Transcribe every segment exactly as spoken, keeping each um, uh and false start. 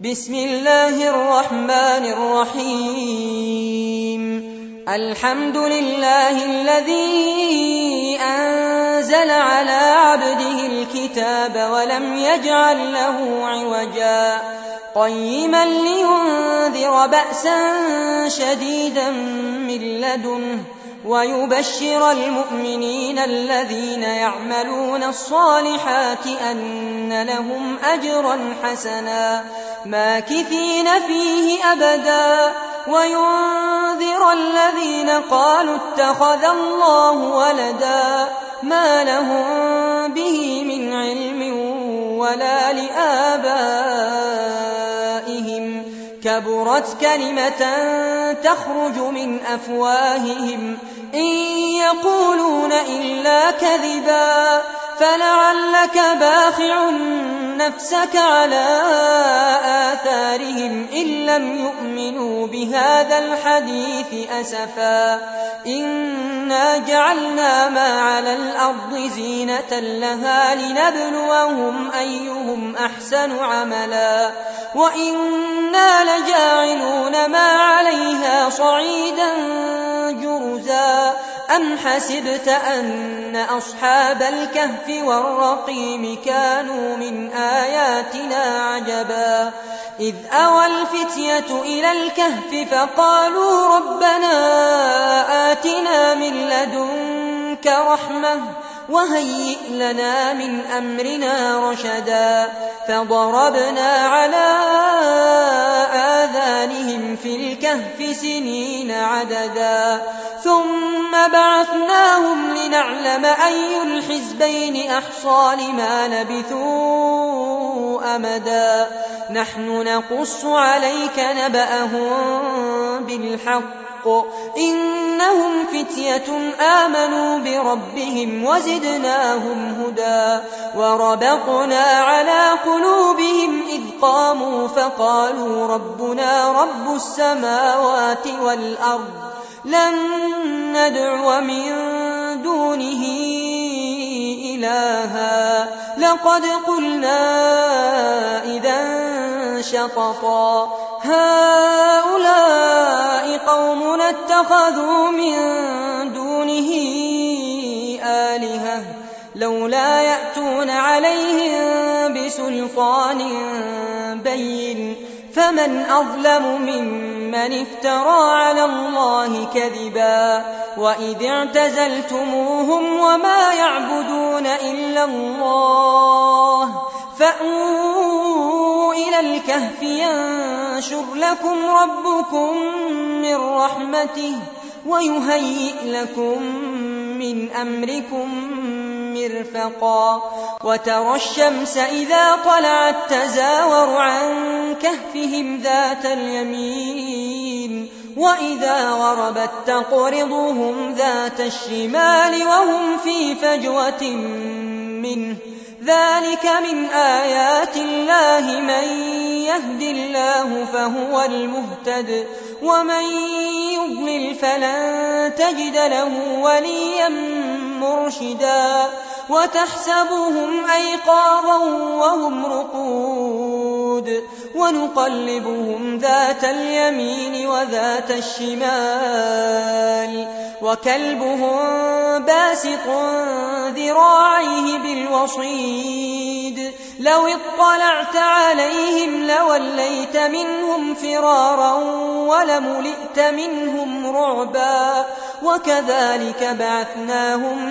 بسم الله الرحمن الرحيم الحمد لله الذي أنزل على عبده الكتاب ولم يجعل له عوجا قيما لينذر بأسا شديدا من لدنه ويبشر المؤمنين الذين يعملون الصالحات أن لهم أجرا حسنا ماكثين فيه أبدا وينذر الذين قالوا اتخذ الله ولدا ما لهم به من علم ولا لآبائهم كبرت كلمة تخرج من أفواههم إن يقولون إلا كذبا فلعلك باخع نفسك على آثارهم إن لم يؤمنوا بهذا الحديث أسفا إنا جعلنا ما على الأرض زينة لها لنبلوهم أيهم أحسن عملا وإنا لجاعلون ما عليها صعيدا جرزا أم حسبت أن أصحاب الكهف والرقيم كانوا من آياتنا عجبا إذ أوى الفتية إلى الكهف فقالوا ربنا آتنا من لدنك رحمة وهيئ لنا من أمرنا رشدا فضربنا على آذانهم في الكهف سنين عددا ثم بعثناهم لنعلم أي الحزبين أحصى لما لبثوا أمدا نحن نقص عليك نبأهم بالحق إنهم فتية آمنوا بربهم وزدناهم هدى وربطنا على قلوبهم إذ قاموا فقالوا ربنا رب السماوات والأرض لن ندعو من دونه إلها لقد قلنا إذا شططا هؤلاء قومنا اتخذوا من دونه آلهة لولا يأتون عليهم بسلطان بين فمن أظلم ممن افترى على الله كذبا وإذ اعتزلتموهم وما يعبدون إلا الله فأووا إلى الكهف ينشر لكم ربكم من رحمته ويهيئ لكم من أمركم مرفقا وترى الشمس إذا طلعت تزاور عن كهفهم ذات اليمين وإذا غربت تقرضهم ذات الشمال وهم في فجوة منه ذلك من آيات الله من يهد الله فهو المهتد ومن يضلل فلن تجد له وليا مرشدا وتحسبهم أيقاظا وهم رقود ونقلبهم ذات اليمين وذات الشمال وكلبهم باسط ذراعيه بالوصيد لو اطلعت عليهم لوليت منهم فرارا ولملئت منهم رعبا وكذلك بعثناهم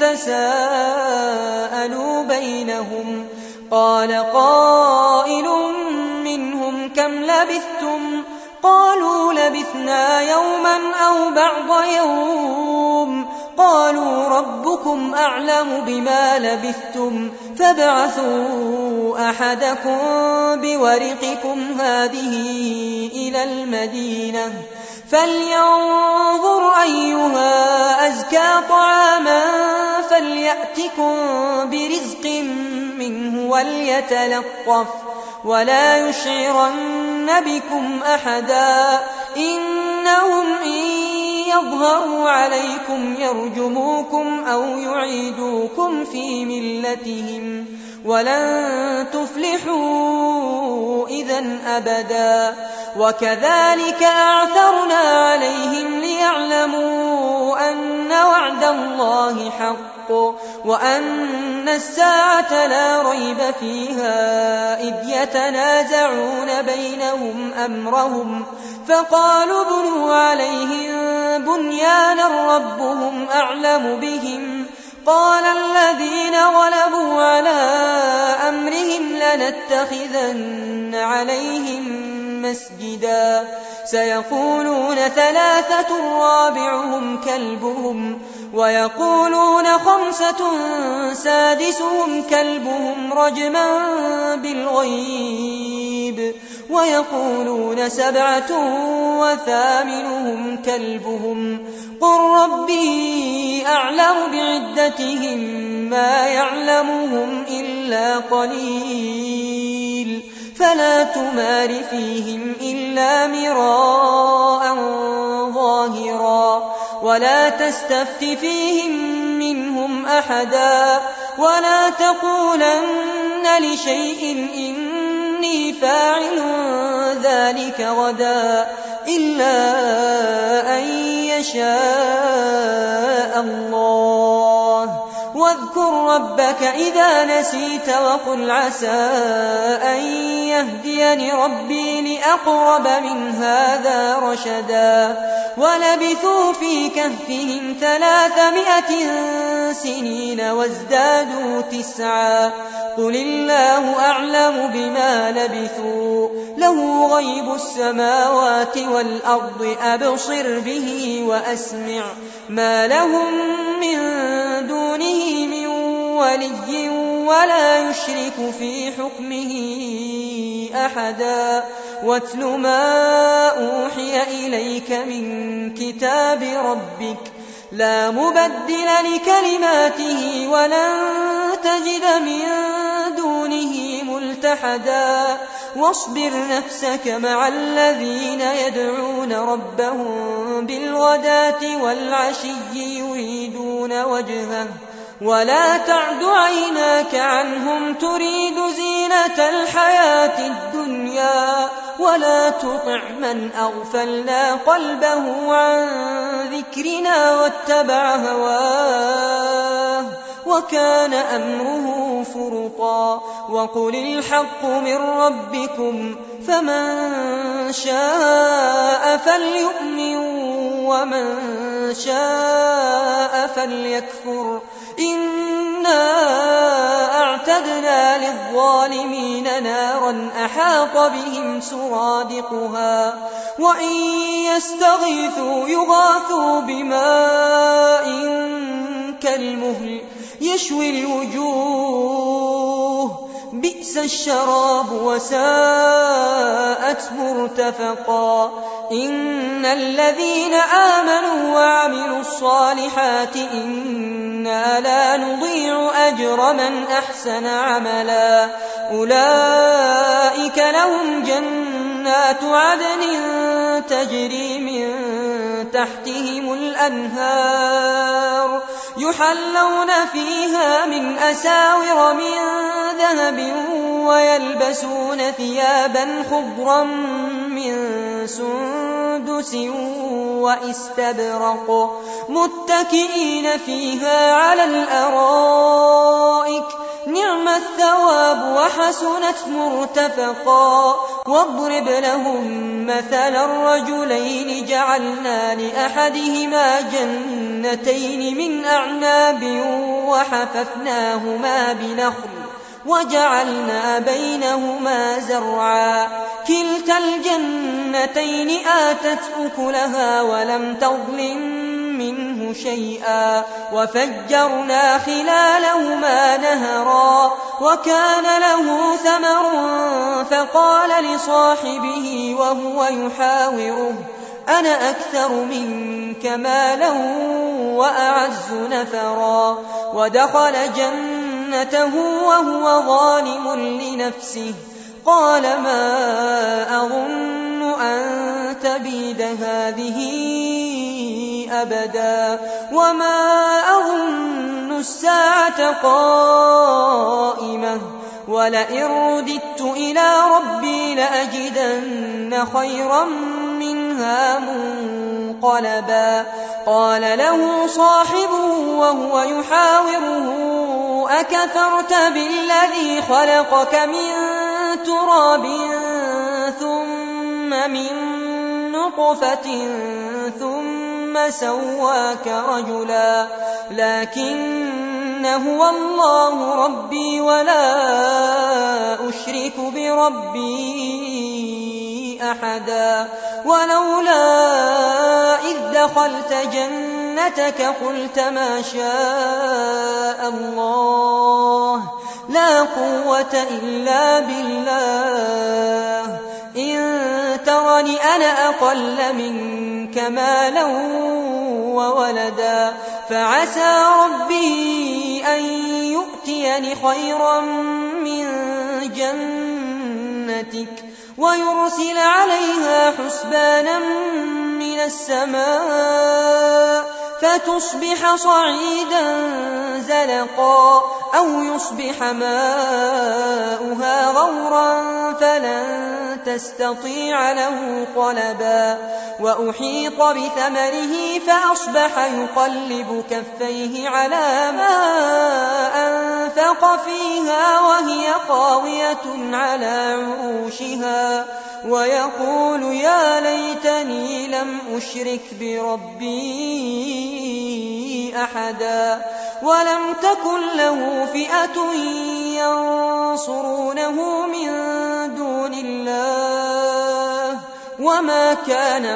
ليتساءلوا بينهم قال قائل منهم كم لبثتم قالوا لبثنا يوما أو بعض يوم قالوا ربكم أعلم بما لبثتم فابعثوا أحدكم بورقكم هذه إلى المدينة فلينظر أيها أزكى طعاما فليأتكم برزق منه وليتلطف ولا يشعرن بكم أحدا إنهم إن يظهروا عليكم يرجموكم أو يعيدوكم في ملتهم ولن تفلحوا إذا أبدا. وكذلك أعثرنا عليهم ليعلموا أن وعد الله حق وأن الساعة لا ريب فيها إذ يتنازعون بينهم أمرهم فقالوا ابنوا عليهم بنيانا ربهم أعلم بهم قال الذين غلبوا على أمرهم لنتخذن عليهم مسجدا سيقولون ثلاثة رابعهم كلبهم ويقولون خمسة سادسهم كلبهم رجما بالغيب ويقولون سبعة وثامنهم كلبهم قل ربي أعلم بعدتهم ما يعلمهم إلا قليل فلا تمار فيهم إلا مراء ظاهرا ولا تستفت فيهم منهم أحدا ولا تقولن لشيء إني فاعل ذلك غدا إلا أن يشاء الله واذكر ربك إذا نسيت وقل عسى أن يهديني ربي لأقرب من هذا رشدا ولبثوا في كهفهم ثلاثمائة سنين وازدادوا تسعا قل الله أعلم بما لبثوا له غيب السماوات والأرض أبصر به وأسمع ما لهم من دونه من ولي ولا يشرك في حكمه أحدا واتل ما أوحي إليك من كتاب ربك لا مبدل لكلماته ولن تجد من دونه ملتحدا واصبر نفسك مع الذين يدعون ربهم بالغداة والعشي يريدون وجهه ولا تعد عيناك عنهم تريد زينة الحياة الدنيا ولا تطع من أغفلنا قلبه عن ذكرنا واتبع هواه وكان أمره فرطا وقل الحق من ربكم فمن شاء فليؤمن ومن شاء فليكفر إنا أعتدنا للظالمين نارا أحاط بهم سرادقها وإن يستغيثوا يغاثوا بماء كالمهل يشوي الوجوه بئس الشراب وساءت مرتفقا إن الذين آمنوا وعملوا الصالحات إنا لا نضيع أجر من أحسن عملا أولئك لهم جنات عدن تجري من تحتهم الأنهار يحلون فيها من أساور من ذهب ويلبسون ثيابا خضرا من سندس واستبرق متكئين فيها على الأرائك نعم الثواب وحسنت مرتفقا واضرب لهم مثل الرجلين جعلنا لأحدهما جنتين من أعناب وحففناهما بنخل وجعلنا بينهما زرعا كلتا الجنتين آتت أكلها ولم تظلم منه شيئا وفجرنا خلالهما نهرا وكان له ثمر فقال لصاحبه وهو يحاوره أنا أكثر منك مالا وأعز نفرا ودخل جنته وهو ظالم لنفسه قال ما أظن أن تبيد هذه أبدا وما أظن الساعة قائمة ولئن رددت إلى ربي لأجدن خيرا منها منقلبا قال له صاحبه وهو يحاوره أكفرت بالذي خلقك من تراب ثم من نطفة ثم سواك رجلا لكن هو الله ربي ولا أشرك بربي أحدا ولولا إذ دخلت جنتك قلت ما شاء الله لا قوة إلا بالله إن ترني أنا أقل منك مالا وولدا فعسى ربي أن يؤتيني خيرا من جنتك ويرسل عليها حسبانا من السماء فتصبح صعيدا زلقا أو يصبح ماؤها غورا فلن تستطيع له طلبا وأحيط بثمره فأصبح يقلب كفيه على ما أنفق فيها وهي خاوية على عروشها ويقول يا ليتني لم أشرك بربي أحدا ولم تكن له فئة ينصرونه من دون الله وما كان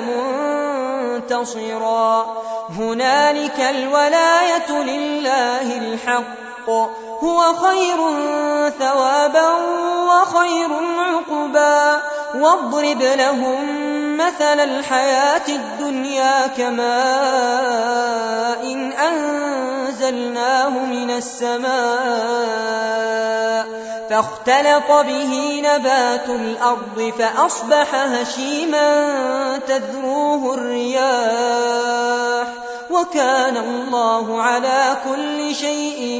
منتصرا هنالك الولاية لله الحق هو خير ثوابا وخير عقبا واضرب لهم مثل الحياة الدنيا كماء إن أنزلناه من السماء فاختلط به نبات الأرض فأصبح هشيما تذروه الرياح وكان الله على كل شيء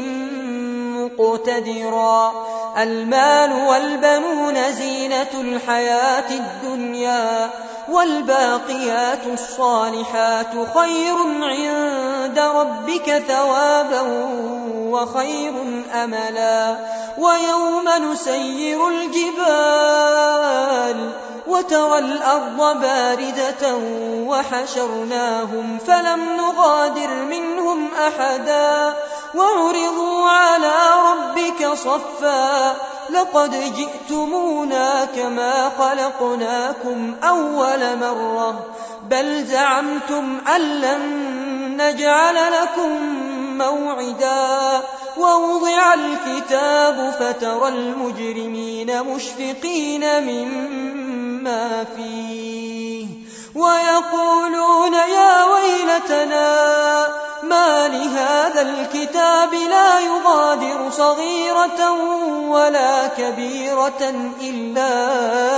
مقتدرا المال والبنون زينة الحياة الدنيا والباقيات الصالحات خير عند ربك ثوابا وخير أملا ويوم نسير الجبال وترى الأرض باردة وحشرناهم فلم نغادر منهم أحدا وعرضوا على ربك صفا لقد جئتمونا كما خلقناكم أول مرة بل زعمتم أن لن نجعل لكم موعدا ووضع الكتاب فترى المجرمين مشفقين مما فيه ويقولون يا ويلتنا ما لهذا الكتاب لا يغادر صغيرة ولا كبيرة إلا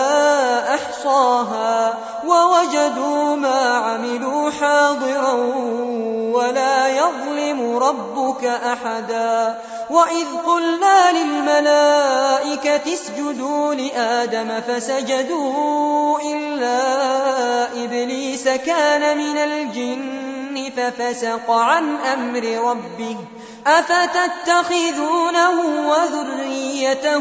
أحصاها ووجدوا ما عملوا حاضرا ولا يظلم ربك أحدا وإذ قلنا للملائكة اسجدوا لآدم فسجدوا إلا إبليس كان من الجن ففسق عن أمر ربه أفتتخذونه وذريته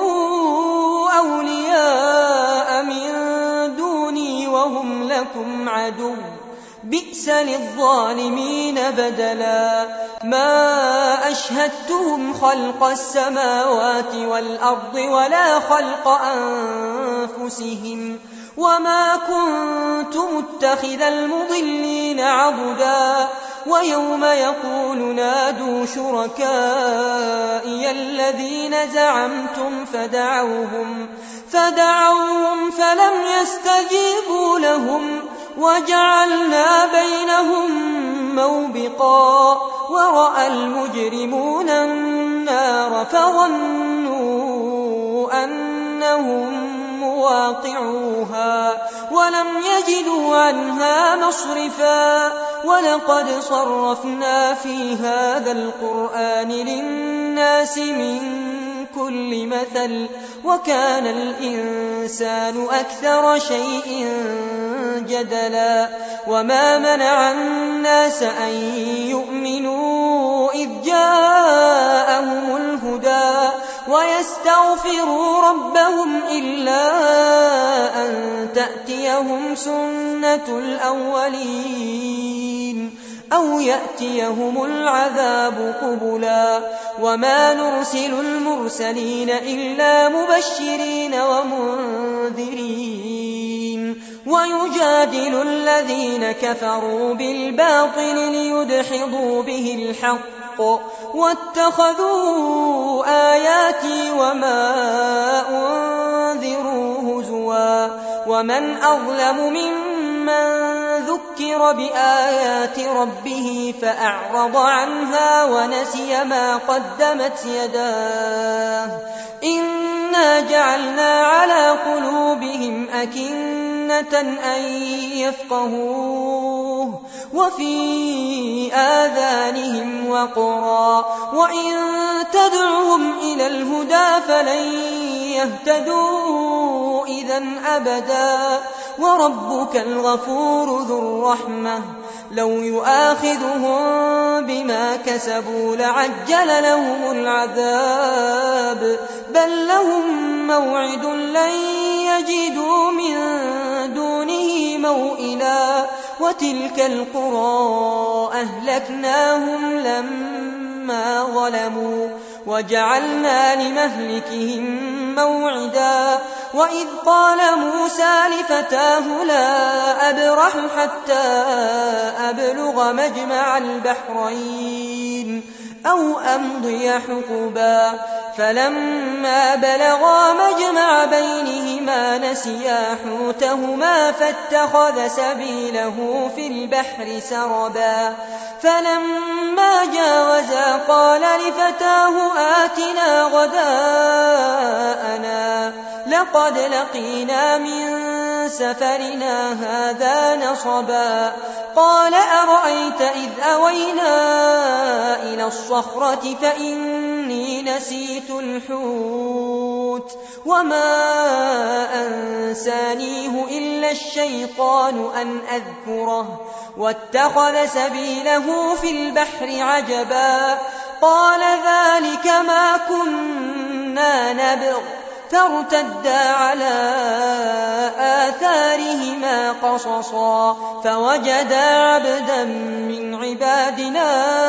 أولياء من دوني وهم لكم عدو بئس للظالمين بدلا ما أشهدتهم خلق السماوات والأرض ولا خلق أنفسهم وما كنت متخذ المضلين عضدا ويوم يقول نادوا شركائي الذين زعمتم فدعوهم فدعوهم فلم يستجيبوا لهم وجعلنا بينهم موبقا ورأى المجرمون النار فظنوا أنهم مواقعوها ولم يجدوا عنها مصرفا ولقد صرفنا في هذا القرآن للناس من كل مثل وكان الإنسان أكثر شيء جدلا وما منع الناس أن يؤمنوا إذ جاءهم الهدى ويستغفروا ربهم إلا أن تأتيهم سنة الأولين أو يأتيهم العذاب قبلا وما نرسل المرسلين إلا مبشرين ومنذرين ويجادل الذين كفروا بالباطل ليدحضوا به الحق واتخذوا آياتي وما أنذروا هزوا ومن أظلم ممن ذكر بآيات ربه فأعرض عنها ونسي ما قدمت يداه إنا جعلنا على قلوبهم أكنة أن يفقهوه وفي آذانهم وقرا وإن تدعهم إلى الهدى فلن يهتدوا إذن أبدا وربك الغفور ذو الرحمة لو يؤاخذهم بما كسبوا لعجل لهم العذاب بل لهم موعد لن يجدوا من دونه موئلا وتلك القرى أهلكناهم لما ظلموا وجعلنا لمهلكهم موعدا وإذ قال موسى لفتاه لا أبرح حتى أبلغ مجمع البحرين أو أمضي حقبا فلما بلغا مجمع بينهما نسيا حوتهما فاتخذ سبيله في البحر سربا فلما جاوزا قال لفتاه آتنا غداءنا لقد لقينا من سفرنا هذا نصبا قال أرأيت إذ أوينا إلى الصخرة فإني نسيت الحوت وما أنسانيه إلا الشيطان أن أذكره واتخذ سبيله في البحر عجبا قال ذلك ما كنا نبغ فارتدا على آثارهما قصصا فوجدا عبدا من عبادنا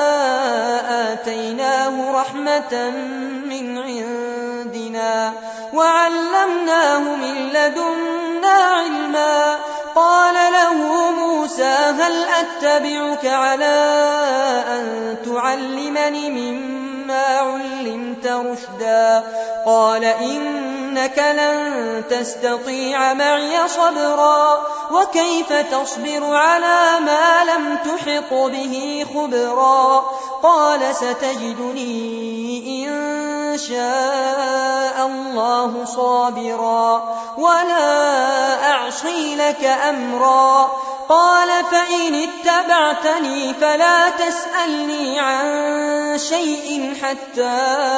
آتيناه رحمة من عندنا وعلمناه من لدنا علما قال له موسى هل أتبعك على أن تعلمني مما علمت رشدا قال إنك لن تستطيع معي صبرا وكيف تصبر على ما لم تحط به خبرا قال ستجدني إن شاء الله صابرا ولا أعصي لك أمرا قال فإن اتبعتني فلا تسألني عن شيء حتى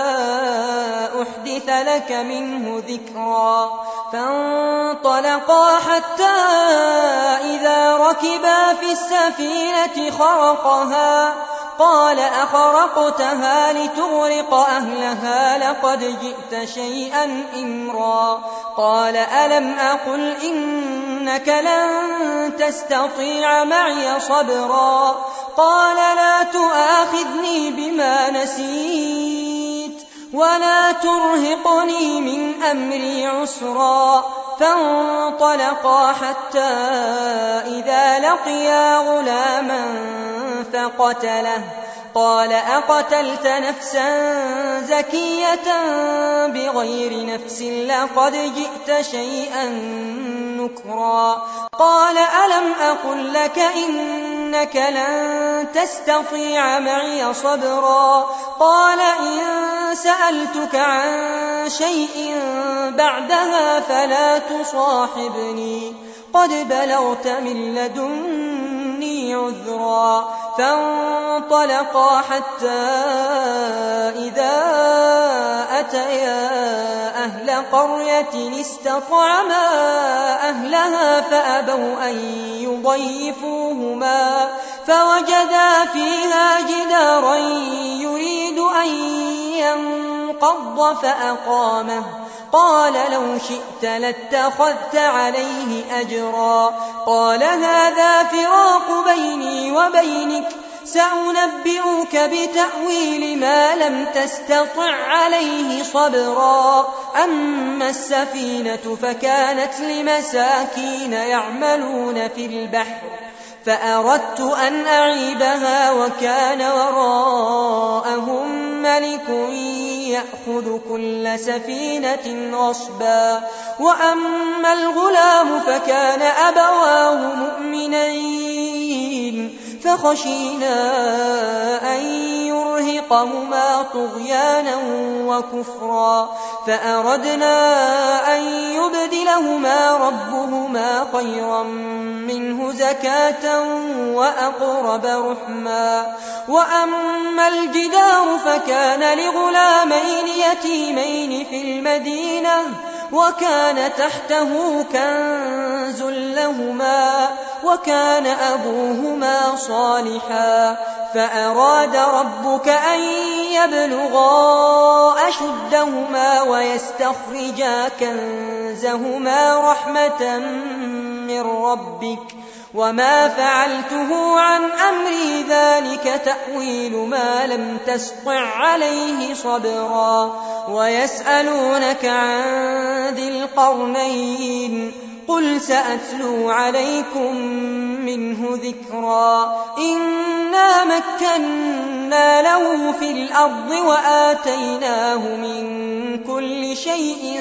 أحدث لك منه ذكرا فانطلقا حتى إذا ركبا في السفينة خرقها قال أخرقتها لتغرق أهلها لقد جئت شيئا إمرا قال ألم أقل إنك لن تستطيع معي صبرا قال لا تؤاخذني بما نسيت ولا ترهقني من أمري عسرا فانطلقا حتى إذا لقيا غلاما فقتله قال أقتلت نفسا زكية بغير نفس لقد جئت شيئا نكرا قال ألم أقل لك إنك لن تستطيع معي صبرا قال إن سألتك عن شيء بعدها فلا تصاحبني قد بلغت من لدني عذرا فانطلقا حتى إذا أتيا أهل قرية استطعما أهلها فأبوا أن يضيفوهما فوجدا فيها جدارا يريد أن ينقض فأقامه قال لو شئت لاتخذت عليه أجرا قال هذا فراق بيني وبينك سأنبئك بتأويل ما لم تستطع عليه صبرا أما السفينة فكانت لمساكين يعملون في البحر فأردت أن أعيبها وكان وراءهم ملك يأخذ كل سفينة غصبا وأما الغلام فكان أبواه مؤمنين فخشينا أن يرهقهما طغيانا وكفرا فأردنا أن يبدلهما ربهما خيرا منه زكاة وأقرب رحما وأما الجدار فكان لغلامين يتيمين في المدينة وكان تحته كنز لهما وكان أبوهما صالحا فأراد ربك أن يبلغا أشدهما ويستخرجا كنزهما رحمة من ربك وما فعلته عن أمري ذلك تأويل ما لم تسطع عليه صبرا ويسألونك عن ذي القرنين قل سأتلو عليكم منه ذكرا إنا مكنا له في الأرض وآتيناه من كل شيء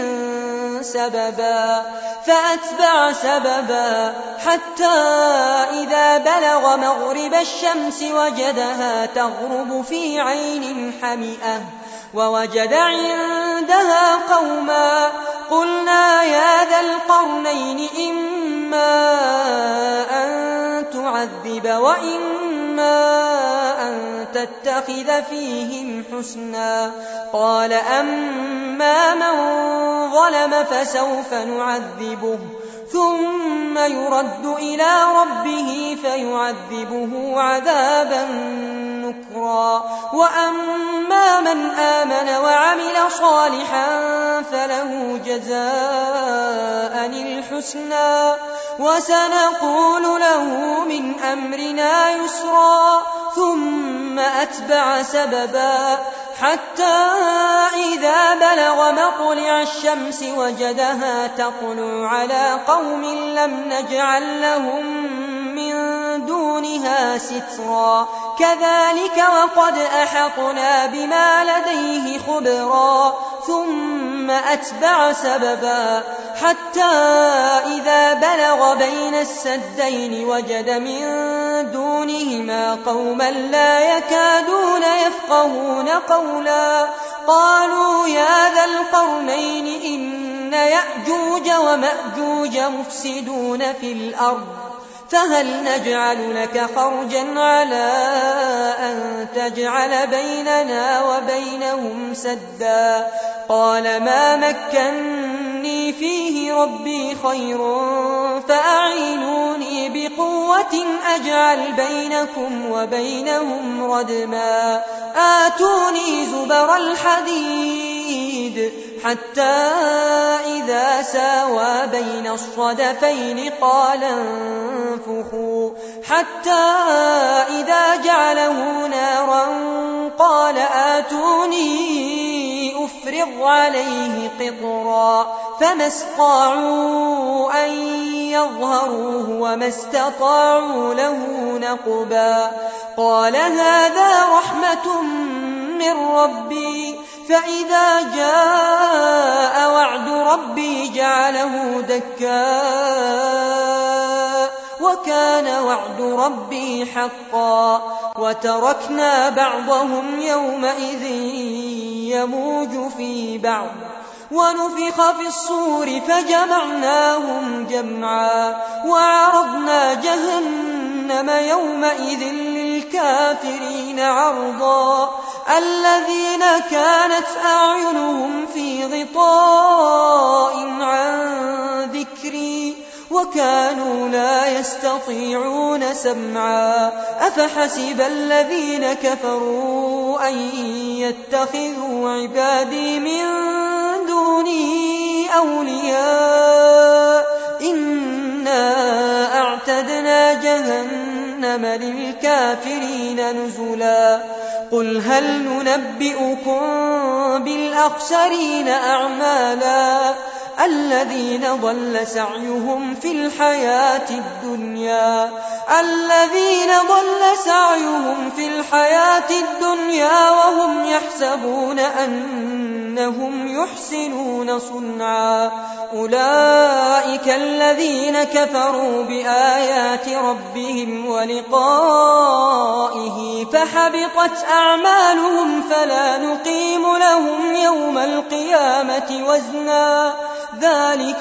سببا فأتبع سببا حتى إذا بلغ مغرب الشمس وجدها تغرب في عين حمئة ووجد عندها قوما قلنا يا ذا القرنين إما أن تعذب وإما أن تتخذ فيهم حسنا قال أما من ظلم فسوف نعذبه ثم يرد إلى ربه فيعذبه عذابا نكرا وأما من آمن وعمل صالحا فله جزاء الحسنى وسنقول له من أمرنا يسرا ثم أتبع سببا حتى إذا بلغ مطلع الشمس وجدها تطلع على قوم لم نجعل لهم من دونها سترا كذلك وقد أحطنا بما لديه خبرا ثم أتبع سببا حتى إذا بلغ بين السدين وجد من دونهما قوما لا يكادون يفقهون قولا قالوا يا ذا القرنين إن يأجوج ومأجوج مفسدون في الأرض فهل نجعل لك خرجا على أن تجعل بيننا وبينهم سدا قال ما مكني فيه ربي خير فأعينوني بقوة أجعل بينكم وبينهم ردما آتوني زبر الحديد حتى إذا ساوى بين الصدفين قال انفخوا حتى إذا جعله نارا قال آتوني أفرغ عليه قطرا فما استطاعوا أن يظهروه وما استطاعوا له نقبا قال هذا رحمة من ربي فإذا جاء وعد ربي جعله دكا وكان وعد ربي حقا وتركنا بعضهم يومئذ يموج في بعض ونفخ في الصور فجمعناهم جمعا وعرضنا جهنم جهنم يومئذ للكافرين عرضا الذين كانت أعينهم في غطاء عن ذكري وكانوا لا يستطيعون سمعا أفحسب الذين كفروا أن يتخذوا عبادي من دوني أولياء إنا أعتدنا جهنم للكافرين نزلا قل هل ننبئكم بالأخسرين أعمالا الذين ضل سعيهم في الحياة الدنيا الذين ضل سعيهم في الحياة الدنيا وهم يحسبون أنهم يحسنون صنعا أولئك الذين كفروا بآيات ربهم ولقائه فحبطت أعمالهم فلا نقيم لهم يوم القيامة وزنا ذلك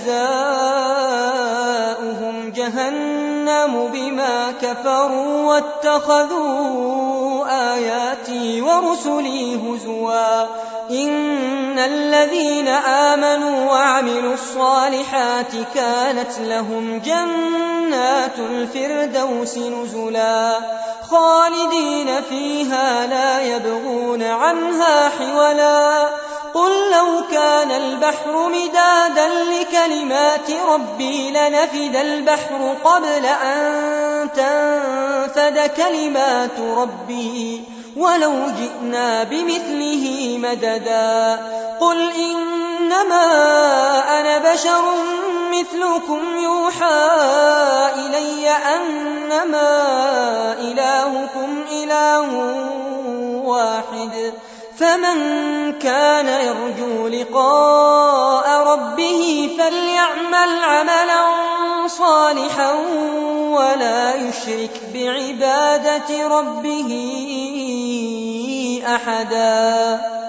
جزاؤهم جهنم بما كفروا واتخذوا آياتي ورسلي هزوا إن الذين آمنوا وعملوا الصالحات كانت لهم جنات الفردوس نزلا خالدين فيها لا يبغون عنها حولا قل لو كان البحر مدادا لكلمات ربي لنفد البحر قبل أن تنفد كلمات ربي ولو جئنا بمثله مددا قل إنما أنا بشر مثلكم يوحى إلي أنما إلهكم إله واحد فمن كان يرجو لقاء ربه فليعمل عملا صالحا ولا يشرك بعبادة ربه أحدا.